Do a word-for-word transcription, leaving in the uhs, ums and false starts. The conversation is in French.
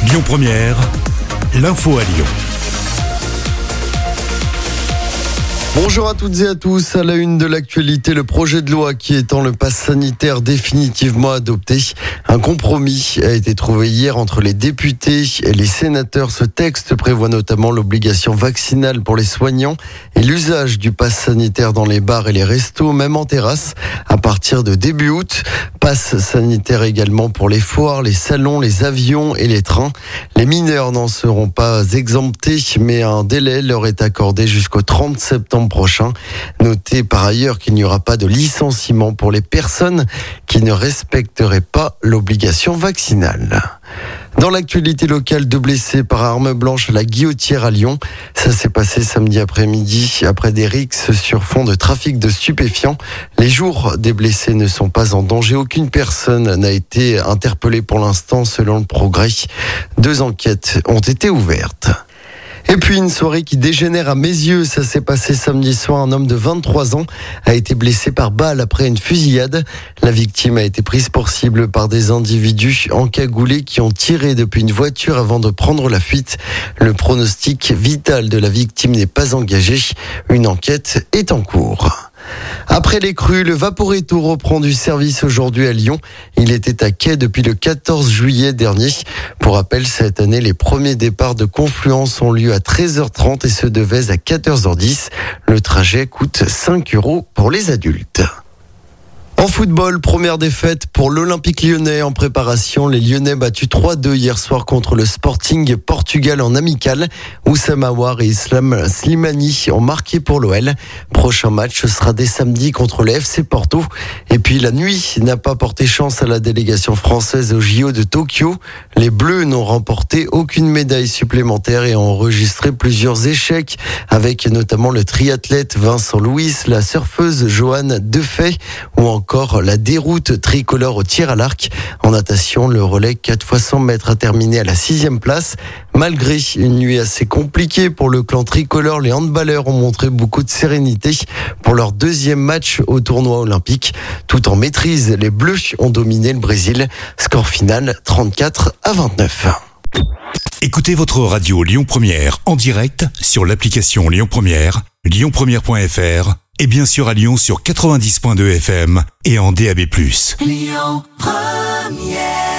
Lyon Première, l'info à Lyon. Bonjour à toutes et à tous. À la une de l'actualité, le projet de loi qui étend le pass sanitaire définitivement adopté. Un compromis a été trouvé hier entre les députés et les sénateurs. Ce texte prévoit notamment l'obligation vaccinale pour les soignants et l'usage du pass sanitaire dans les bars et les restos, même en terrasse, à partir de début août. Pass sanitaire également pour les foires, les salons, les avions et les trains. Les mineurs n'en seront pas exemptés, mais un délai leur est accordé jusqu'au trente septembre prochain. Notez par ailleurs qu'il n'y aura pas de licenciement pour les personnes qui ne respecteraient pas l'obligation vaccinale. Dans l'actualité locale, deux blessés par arme blanche à la Guillotière à Lyon. Ça s'est passé samedi après-midi après des rixes sur fond de trafic de stupéfiants. Les jours des blessés ne sont pas en danger. Aucune personne n'a été interpellée pour l'instant selon le Progrès. Deux enquêtes ont été ouvertes. Et puis une soirée qui dégénère à mes yeux. Ça s'est passé samedi soir. Un homme de vingt-trois ans a été blessé par balle après une fusillade. La victime a été prise pour cible par des individus encagoulés qui ont tiré depuis une voiture avant de prendre la fuite. Le pronostic vital de la victime n'est pas engagé. Une enquête est en cours. Après les crues, le Vaporetto reprend du service aujourd'hui à Lyon. Il était à quai depuis le quatorze juillet dernier. Pour rappel, cette année, les premiers départs de Confluence ont lieu à treize heures trente et ceux de Vèze à quatorze heures dix. Le trajet coûte cinq euros pour les adultes. En football, première défaite pour l'Olympique lyonnais en préparation. Les Lyonnais battus trois deux hier soir contre le Sporting Portugal en amical. Oussama Aouar et Islam Slimani ont marqué pour l'O L. Prochain match sera dès samedi contre le F C Porto. Et puis la nuit n'a pas porté chance à la délégation française au J O de Tokyo. Les Bleus n'ont remporté aucune médaille supplémentaire et ont enregistré plusieurs échecs avec notamment le triathlète Vincent Louis, la surfeuse Johanne Defay ou encore Encore la déroute tricolore au tir à l'arc. En natation, le relais quatre fois cent mètres a terminé à la sixième place. Malgré une nuit assez compliquée pour le clan tricolore, les handballeurs ont montré beaucoup de sérénité pour leur deuxième match au tournoi olympique. Tout en maîtrise, les Bleus ont dominé le Brésil. Score final trente-quatre à vingt-neuf. Écoutez votre radio Lyon Première en direct sur l'application Lyon Première, lyon première point f r et bien sûr à Lyon sur quatre-vingt-dix point deux F M et en D A B plus. Lyon Première.